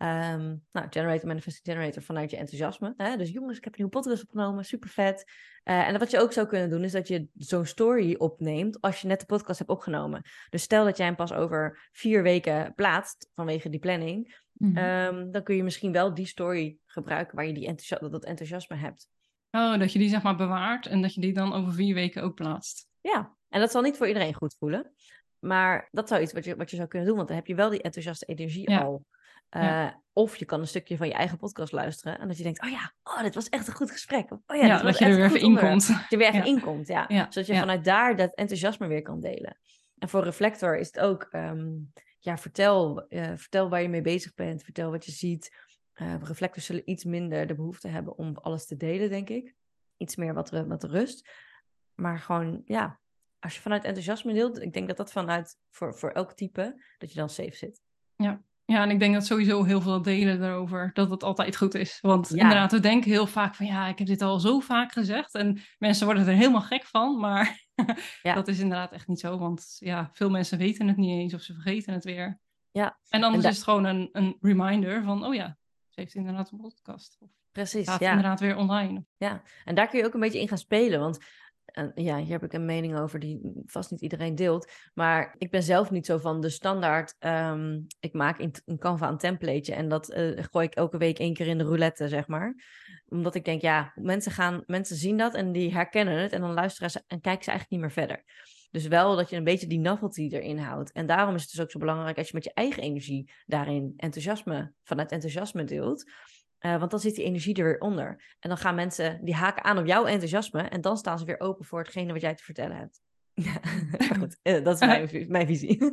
Um, nou, generator, manifesting generator vanuit je enthousiasme. Hè? Dus jongens, ik heb een nieuwe podcast opgenomen, super vet. Uh, en wat je ook zou kunnen doen, is dat je zo'n story opneemt als je net de podcast hebt opgenomen. Dus stel dat jij hem pas over vier weken plaatst, vanwege die planning. Mm-hmm. Um, dan kun je misschien wel die story gebruiken waar je die enthousi- dat enthousiasme hebt. Oh, dat je die zeg maar bewaart en dat je die dan over vier weken ook plaatst. Ja, en dat zal niet voor iedereen goed voelen. Maar dat zou iets wat je, wat je zou kunnen doen, want dan heb je wel die enthousiaste energie ja. al. Uh, ja. Of je kan een stukje van je eigen podcast luisteren en dat je denkt, oh ja, oh, dit was echt een goed gesprek. Of, oh ja, ja, dit was dat je echt er weer even inkomt. Dat je weer even ja. inkomt, ja. ja. Zodat je ja. vanuit daar dat enthousiasme weer kan delen. En voor Reflector is het ook, um, ja, vertel, uh, vertel waar je mee bezig bent, vertel wat je ziet. Uh, Reflectors zullen iets minder de behoefte hebben om alles te delen, denk ik. Iets meer wat, wat rust. Maar gewoon, ja, als je vanuit enthousiasme deelt, ik denk dat dat vanuit, voor, voor elk type, dat je dan safe zit. Ja. Ja, en ik denk dat sowieso heel veel delen daarover, dat het altijd goed is. Want ja. inderdaad, we denken heel vaak van, ja, ik heb dit al zo vaak gezegd. En mensen worden er helemaal gek van, maar ja. dat is inderdaad echt niet zo. Want ja, veel mensen weten het niet eens of ze vergeten het weer. Ja. En anders en da- is het gewoon een, een reminder van, oh ja, ze heeft inderdaad een podcast. Of Precies, staat ja. inderdaad weer online. Ja, en daar kun je ook een beetje in gaan spelen, want... En ja, hier heb ik een mening over die vast niet iedereen deelt. Maar ik ben zelf niet zo van de standaard. Um, ik maak in, in Canva een templateje en dat uh, gooi ik elke week één keer in de roulette, zeg maar. Omdat ik denk, ja, mensen, gaan, mensen zien dat en die herkennen het en dan luisteren ze en kijken ze eigenlijk niet meer verder. Dus wel dat je een beetje die novelty erin houdt. En daarom is het dus ook zo belangrijk als je met je eigen energie daarin enthousiasme, vanuit enthousiasme deelt. Uh, want dan zit die energie er weer onder. En dan gaan mensen, die haken aan op jouw enthousiasme. En dan staan ze weer open voor hetgene wat jij te vertellen hebt. Ja, maar goed, uh, dat is mijn, mijn visie.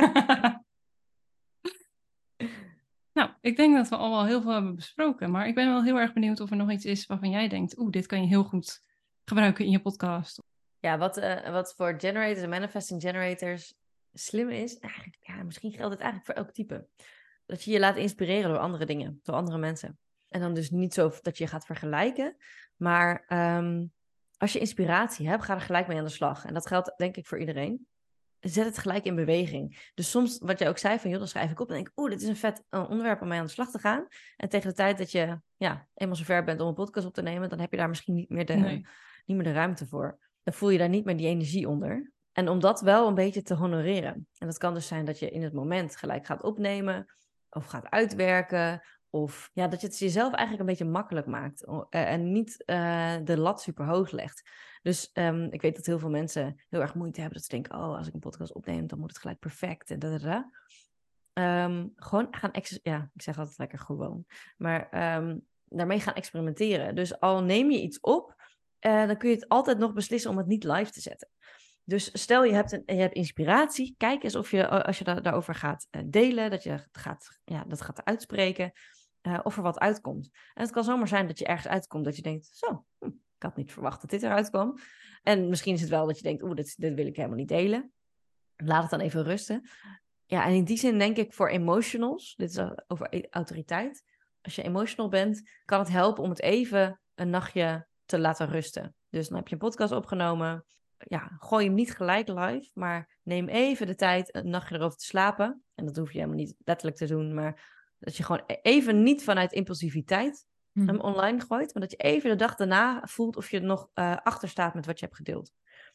Nou, ik denk dat we al wel heel veel hebben besproken. Maar ik ben wel heel erg benieuwd of er nog iets is waarvan jij denkt... oeh, dit kan je heel goed gebruiken in je podcast. Ja, wat, uh, wat voor generators en manifesting generators slim is... Eigenlijk, ja, misschien geldt het eigenlijk voor elk type. Dat je je laat inspireren door andere dingen, door andere mensen. En dan dus niet zo dat je gaat vergelijken. Maar um, als je inspiratie hebt, ga er gelijk mee aan de slag. En dat geldt denk ik voor iedereen. Zet het gelijk in beweging. Dus soms, wat jij ook zei, van joh, dan schrijf ik op en denk ik, oeh, dit is een vet uh, onderwerp om mee aan de slag te gaan. En tegen de tijd dat je ja, eenmaal zover bent om een podcast op te nemen, dan heb je daar misschien niet meer de, nee. niet meer de ruimte voor. Dan voel je daar niet meer die energie onder. En om dat wel een beetje te honoreren. En dat kan dus zijn dat je in het moment gelijk gaat opnemen of gaat uitwerken. Of ja, dat je het jezelf eigenlijk een beetje makkelijk maakt. Uh, en niet uh, de lat super hoog legt. Dus um, ik weet dat heel veel mensen heel erg moeite hebben. Dat ze denken, oh, als ik een podcast opneem, dan moet het gelijk perfect. En da, da, da. Um, gewoon gaan, ex- ja, ik zeg altijd lekker gewoon. Maar um, daarmee gaan experimenteren. Dus al neem je iets op, uh, dan kun je het altijd nog beslissen om het niet live te zetten. Dus stel je hebt, een, je hebt inspiratie, kijk eens of je, als je da- daarover gaat uh, delen, dat je gaat, ja, dat gaat uitspreken, uh, of er wat uitkomt. En het kan zomaar zijn dat je ergens uitkomt dat je denkt, zo, hm, ik had niet verwacht dat dit eruit kwam. En misschien is het wel dat je denkt, oeh, dit, dit wil ik helemaal niet delen. Laat het dan even rusten. Ja, en in die zin denk ik voor emotionals, dit is over autoriteit. Als je emotional bent, kan het helpen om het even een nachtje te laten rusten. Dus dan heb je een podcast opgenomen. Ja, gooi hem niet gelijk live, maar neem even de tijd een nachtje erover te slapen. En dat hoef je helemaal niet letterlijk te doen, maar dat je gewoon even niet vanuit impulsiviteit hmm. hem online gooit, maar dat je even de dag daarna voelt of je er nog uh, achter staat met wat je hebt gedeeld. Ja.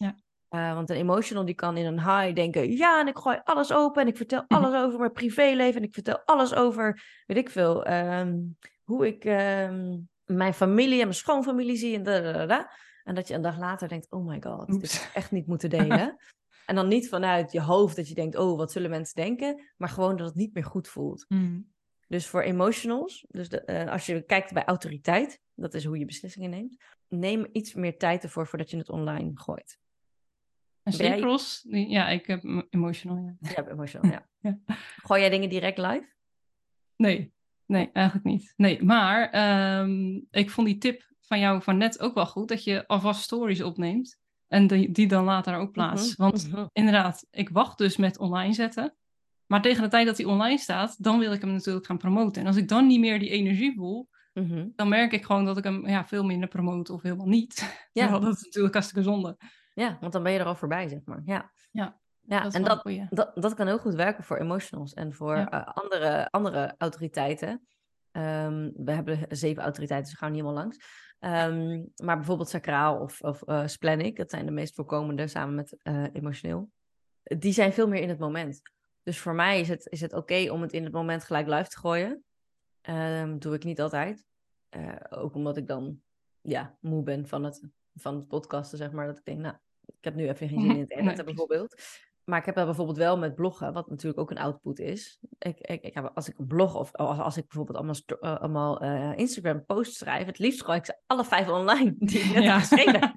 Uh, want een emotional die kan in een high denken, ja, en ik gooi alles open en ik vertel alles over mijn privéleven en ik vertel alles over, weet ik veel, um, hoe ik um, mijn familie en mijn schoonfamilie zie en da, da, da, da. En dat je een dag later denkt, oh my god, Oeps. Dit had ik echt niet moeten delen. En dan niet vanuit je hoofd dat je denkt, oh, wat zullen mensen denken, maar gewoon dat het niet meer goed voelt. Mm. Dus voor emotionals, dus de, uh, als je kijkt bij autoriteit, dat is hoe je beslissingen neemt, neem iets meer tijd ervoor voordat je het online gooit. En zeker, jij... ja, ik heb emotional, ja. Je hebt emotional, ja. ja. Gooi jij dingen direct live? Nee, nee, eigenlijk niet. Nee, maar um, ik vond die tip van jou van net ook wel goed, dat je alvast stories opneemt en die, die dan later ook plaatst. Mm-hmm. Want mm-hmm. inderdaad, ik wacht dus met online zetten, maar tegen de tijd dat hij online staat, dan wil ik hem natuurlijk gaan promoten. En als ik dan niet meer die energie voel, mm-hmm. dan merk ik gewoon dat ik hem ja, veel minder promote of helemaal niet. Ja. Terwijl dat is natuurlijk hartstikke zonde. Ja, want dan ben je er al voorbij, zeg maar. Ja, ja, ja dat en dat, dat, dat kan heel goed werken voor emotionals en voor ja. uh, andere, andere autoriteiten. Um, we hebben zeven autoriteiten, dus we gaan niet helemaal langs. Um, maar bijvoorbeeld sacraal of, of uh, splenic, dat zijn de meest voorkomende samen met uh, emotioneel. Die zijn veel meer in het moment. Dus voor mij is het, is het oké okay om het in het moment gelijk live te gooien. Um, doe ik niet altijd. Uh, ook omdat ik dan ja, moe ben van het, van het podcasten, zeg maar. Dat ik denk, nou, ik heb nu even geen zin in het editen, nee, bijvoorbeeld. Maar ik heb dat bijvoorbeeld wel met bloggen, wat natuurlijk ook een output is. Ik, ik, ik heb, als ik een blog of als, als ik bijvoorbeeld allemaal, uh, allemaal uh, Instagram posts schrijf, het liefst gooi ik ze alle vijf online die ik net ja. heb geschreven.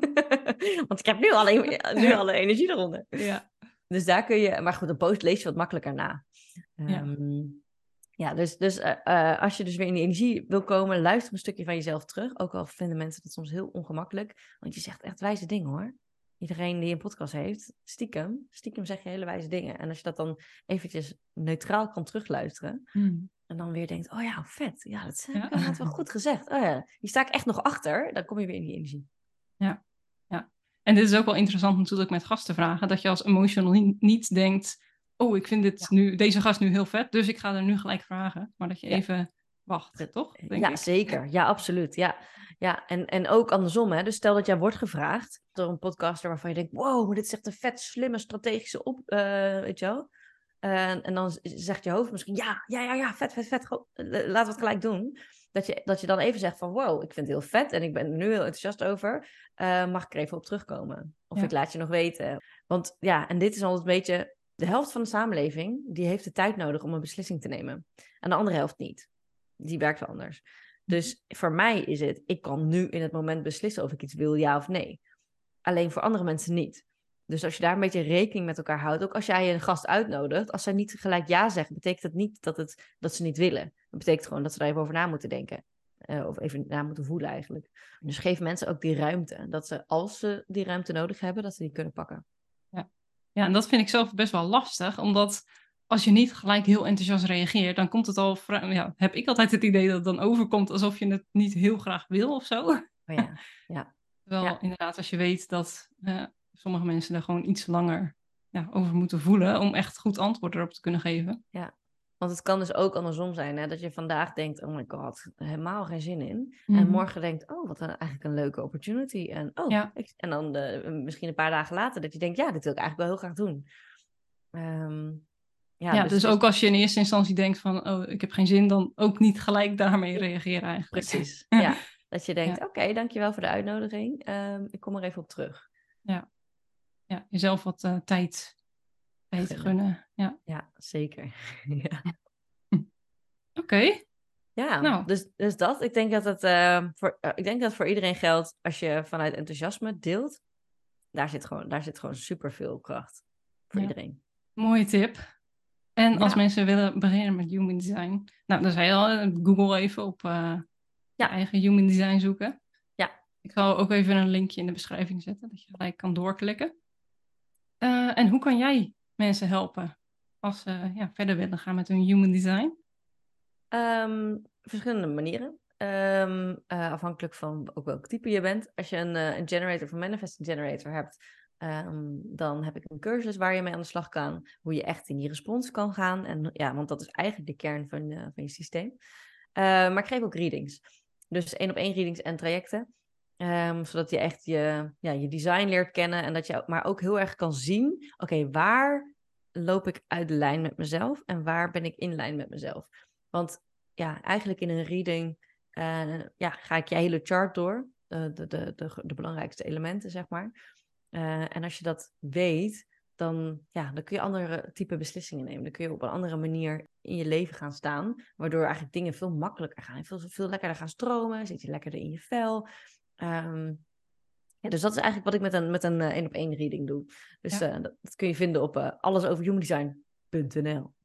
Want ik heb nu al, nu alle energie eronder. Ja. Dus daar kun je, maar goed, een post lees je wat makkelijker na. Um, ja. Ja, dus, dus uh, uh, als je dus weer in die energie wil komen, luister een stukje van jezelf terug. Ook al vinden mensen dat soms heel ongemakkelijk. Want je zegt echt wijze dingen, hoor. Iedereen die een podcast heeft, stiekem, stiekem zeg je hele wijze dingen. En als je dat dan eventjes neutraal kan terugluisteren. Mm. En dan weer denkt, oh ja, vet. Ja, dat heb ik inderdaad wel goed gezegd. Oh ja, hier sta ik echt nog achter. Dan kom je weer in die energie. Ja, ja. En dit is ook wel interessant natuurlijk met gasten vragen. Dat je als emotional niet denkt, oh, ik vind dit ja. nu, deze gast nu heel vet, dus ik ga er nu gelijk vragen. Maar dat je ja. even wacht, toch? Denk ja, ik. zeker. Ja, absoluut. Ja, ja. En, en ook andersom. Hè? Dus stel dat jij wordt gevraagd door een podcaster waarvan je denkt, wow, dit is echt een vet slimme strategische op, uh, weet je wel. Uh, en dan zegt je hoofd misschien, ja, ja, ja, ja, vet, vet, vet. Go- laten we het gelijk doen. Dat je, dat je dan even zegt van, wow, ik vind het heel vet en ik ben er nu heel enthousiast over. Uh, mag ik er even op terugkomen? Of ja. ik laat je nog weten. Want ja, en dit is al een beetje, de helft van de samenleving, die heeft de tijd nodig om een beslissing te nemen. En de andere helft niet. Die werkt wel anders. Dus voor mij is het, ik kan nu in het moment beslissen of ik iets wil, ja of nee. Alleen voor andere mensen niet. Dus als je daar een beetje rekening met elkaar houdt, ook als jij een gast uitnodigt, als zij niet gelijk ja zeggen, betekent dat niet dat, het, dat ze niet willen. Dat betekent gewoon dat ze daar even over na moeten denken. Uh, of even na moeten voelen eigenlijk. Dus geef mensen ook die ruimte. Dat ze, als ze die ruimte nodig hebben, dat ze die kunnen pakken. Ja, ja en dat vind ik zelf best wel lastig, omdat als je niet gelijk heel enthousiast reageert, dan komt het al, ja, heb ik altijd het idee dat het dan overkomt alsof je het niet heel graag wil of zo. Oh ja, ja. Wel ja. inderdaad, als je weet dat uh, sommige mensen er gewoon iets langer ja, over moeten voelen om echt goed antwoord erop te kunnen geven. Ja, want het kan dus ook andersom zijn, hè? Dat je vandaag denkt, oh my god, helemaal geen zin in. Mm-hmm. En morgen denkt, oh, wat een, eigenlijk een leuke opportunity. En, oh, ja. ik, en dan de, misschien een paar dagen later dat je denkt, ja, dit wil ik eigenlijk wel heel graag doen. Um, Ja, ja, dus, dus ook als je in eerste instantie denkt van, oh, ik heb geen zin, dan ook niet gelijk daarmee reageren eigenlijk. Precies, ja. Dat je denkt, ja. oké, okay, dankjewel voor de uitnodiging. Um, ik kom er even op terug. Ja, ja jezelf wat uh, tijd, tijd gunnen. gunnen. Ja. ja, zeker. ja. Oké. Okay. Ja, nou. dus, dus dat. Ik denk dat het uh, voor, uh, ik denk dat voor iedereen geldt als je vanuit enthousiasme deelt. Daar zit gewoon, daar zit gewoon superveel kracht voor ja. iedereen. Mooie tip. En ja. als mensen willen beginnen met human design, nou, dan zei je al, Google even op uh, ja. je eigen human design zoeken. Ja. Ik zal ook even een linkje in de beschrijving zetten, dat je gelijk kan doorklikken. Uh, en hoe kan jij mensen helpen als ze uh, ja, verder willen gaan met hun human design? Um, verschillende manieren. Um, uh, afhankelijk van ook welk type je bent. Als je een, uh, een generator of een manifesting generator hebt, Um, dan heb ik een cursus waar je mee aan de slag kan. Hoe je echt in die respons kan gaan. En, ja, want dat is eigenlijk de kern van, uh, van je systeem. Uh, maar ik geef ook readings. Dus één op één readings en trajecten. Um, zodat je echt je, ja, je design leert kennen. En dat je ook, maar ook heel erg kan zien. Oké, okay, waar loop ik uit de lijn met mezelf? En waar ben ik in lijn met mezelf? Want ja, eigenlijk in een reading uh, ja, ga ik je hele chart door. Uh, de, de, de, de belangrijkste elementen, zeg maar. Uh, en als je dat weet, dan, ja, dan kun je andere type beslissingen nemen. Dan kun je op een andere manier in je leven gaan staan. Waardoor eigenlijk dingen veel makkelijker gaan. Veel, veel lekkerder gaan stromen. Zit je lekkerder in je vel. Um, ja, dus dat is eigenlijk wat ik met een met een één op één reading doe. Dus ja. uh, dat, dat kun je vinden op uh, allesoverhumandesign punt n l.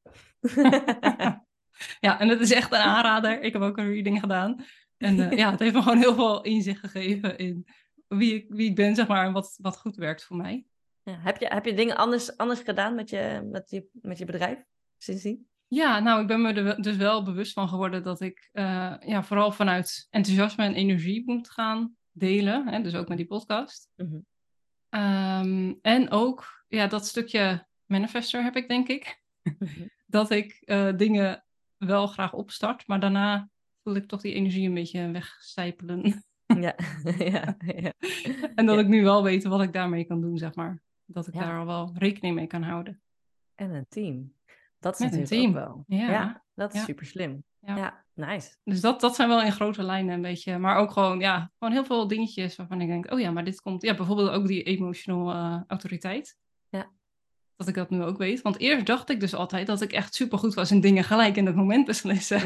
Ja, en dat is echt een aanrader. Ik heb ook een reading gedaan. En uh, ja, het heeft me gewoon heel veel inzicht gegeven in wie ik, wie ik ben, zeg maar, en wat, wat goed werkt voor mij. Ja, heb, je, heb je dingen anders, anders gedaan met je, met, je, met je bedrijf sindsdien? Ja, nou, ik ben me er dus wel bewust van geworden dat ik uh, ja, vooral vanuit enthousiasme en energie moet gaan delen. Hè, dus ook met die podcast. Mm-hmm. Um, en ook ja, dat stukje manifester heb ik, denk ik. Mm-hmm. Dat ik uh, dingen wel graag opstart, maar daarna voel ik toch die energie een beetje wegstijpelen. Ja, ja, ja. En dat ja. ik nu wel weet wat ik daarmee kan doen, zeg maar. Dat ik ja. daar al wel rekening mee kan houden. En een team. Dat is Met natuurlijk een team. ook wel. Ja, ja dat is ja. super slim. Ja. ja, nice. Dus dat, dat zijn wel in grote lijnen een beetje. Maar ook gewoon, ja, gewoon heel veel dingetjes waarvan ik denk, oh ja, maar dit komt... Ja, bijvoorbeeld ook die emotional uh, autoriteit. Ja. Dat ik dat nu ook weet. Want eerst dacht ik dus altijd dat ik echt supergoed was in dingen gelijk in het moment beslissen.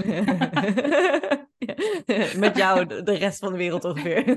Met jou de, de rest van de wereld ongeveer.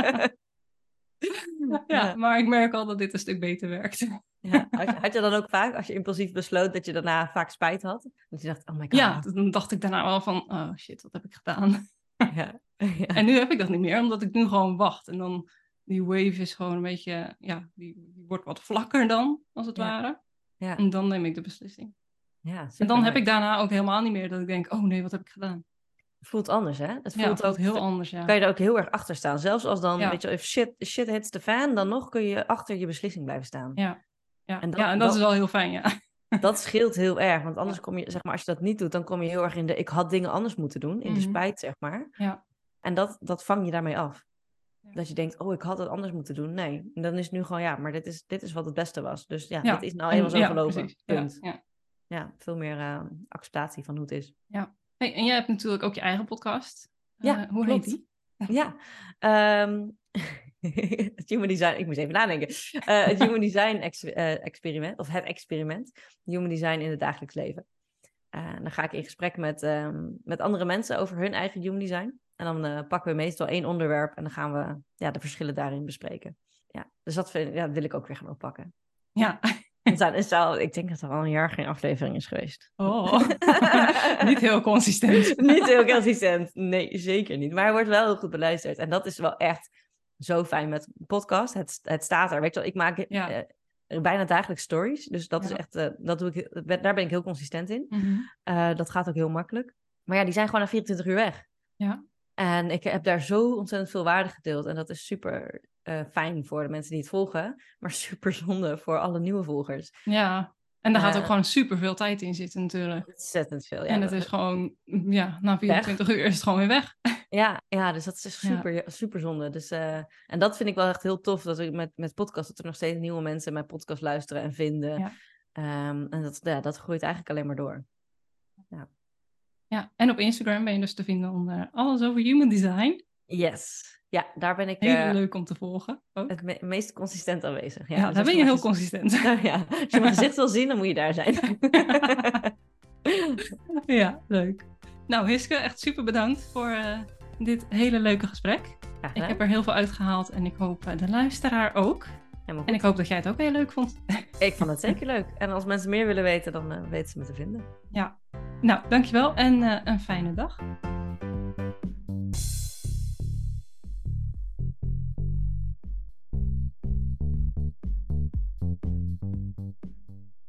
Ja, ja, maar ik merk al dat dit een stuk beter werkt. Ja, had, je, had je dan ook vaak, als je impulsief besloot, dat je daarna vaak spijt had? Dat je dacht, oh my god. Ja, dan dacht ik daarna wel van, oh shit, wat heb ik gedaan? Ja, ja. En nu heb ik dat niet meer, omdat ik nu gewoon wacht. En dan, die wave is gewoon een beetje, ja, die, die wordt wat vlakker dan, als het ja. ware. Ja. En dan neem ik de beslissing. Ja, en dan nice. heb ik daarna ook helemaal niet meer dat ik denk, oh nee, wat heb ik gedaan? Het voelt anders, hè? Het voelt, ja, het voelt ook, heel anders, ja. Kan je er ook heel erg achter staan. Zelfs als dan, ja. weet je, if shit, shit hits the fan, dan nog kun je achter je beslissing blijven staan. Ja, ja. En dat, ja, en dat, dat is wel heel fijn, ja. Dat scheelt heel erg, want anders ja. kom je, zeg maar, als je dat niet doet, dan kom je heel erg in de, ik had dingen anders moeten doen, in mm-hmm. de spijt, zeg maar. Ja. En dat, dat vang je daarmee af. Ja. Dat je denkt, oh, ik had het anders moeten doen. Nee, en dan is het nu gewoon, ja, maar dit is, dit is wat het beste was. Dus ja, ja. dit is nou eenmaal zo ja, gelopen. Precies. Punt. Ja, ja. ja, veel meer uh, acceptatie van hoe het is. Ja. Hey, en jij hebt natuurlijk ook je eigen podcast. Ja, uh, hoe klopt. heet die? Ja, um, het Human Design, ik moest even nadenken. Uh, het Human Design ex, uh, experiment, of het experiment, Human Design in het dagelijks leven. Uh, dan ga ik in gesprek met, um, met andere mensen over hun eigen Human Design. En dan uh, pakken we meestal één onderwerp en dan gaan we ja, de verschillen daarin bespreken. Ja, dus dat vind, ja, wil ik ook weer gaan oppakken. Ja. Is al, ik denk dat er al een jaar geen aflevering is geweest. Oh, niet heel consistent. Niet heel consistent, nee, zeker niet. Maar hij wordt wel heel goed beluisterd. En dat is wel echt zo fijn met podcast. Het, het staat er, weet je wel. Ik maak ja. uh, bijna dagelijks stories. Dus dat ja. is echt, uh, dat doe ik, daar ben ik heel consistent in. Mm-hmm. Uh, dat gaat ook heel makkelijk. Maar ja, die zijn gewoon na vierentwintig uur weg. Ja. En ik heb daar zo ontzettend veel waarde gedeeld. En dat is super uh, fijn voor de mensen die het volgen. Maar super zonde voor alle nieuwe volgers. Ja, en daar uh, gaat ook gewoon super veel tijd in zitten natuurlijk. Ontzettend veel, ja. En het is gewoon, ja, na vierentwintig weg. uur is het gewoon weer weg. Ja, ja, dus dat is echt super, ja. super zonde. Dus, uh, en dat vind ik wel echt heel tof. Dat ik met, met podcast, dat er nog steeds nieuwe mensen mijn podcast luisteren en vinden. Ja. Um, en dat, ja, dat groeit eigenlijk alleen maar door. Ja. Ja, en op Instagram ben je dus te vinden onder Alles Over Human Design. Yes. Ja, daar ben ik... Heel uh, leuk om te volgen. Ook. Het me- meest consistent aanwezig. Ja, ja dus daar ben je heel gezicht... consistent. Nou, ja. Als je mijn gezicht wil zien, dan moet je daar zijn. Ja, leuk. Nou, Hiske, echt super bedankt voor uh, dit hele leuke gesprek. Ik heb er heel veel uitgehaald en ik hoop uh, de luisteraar ook. En ik hoop dat jij het ook heel leuk vond. Ik vond het zeker leuk. En als mensen meer willen weten, dan uh, weten ze me te vinden. Ja. Nou, dankjewel en uh, een fijne dag.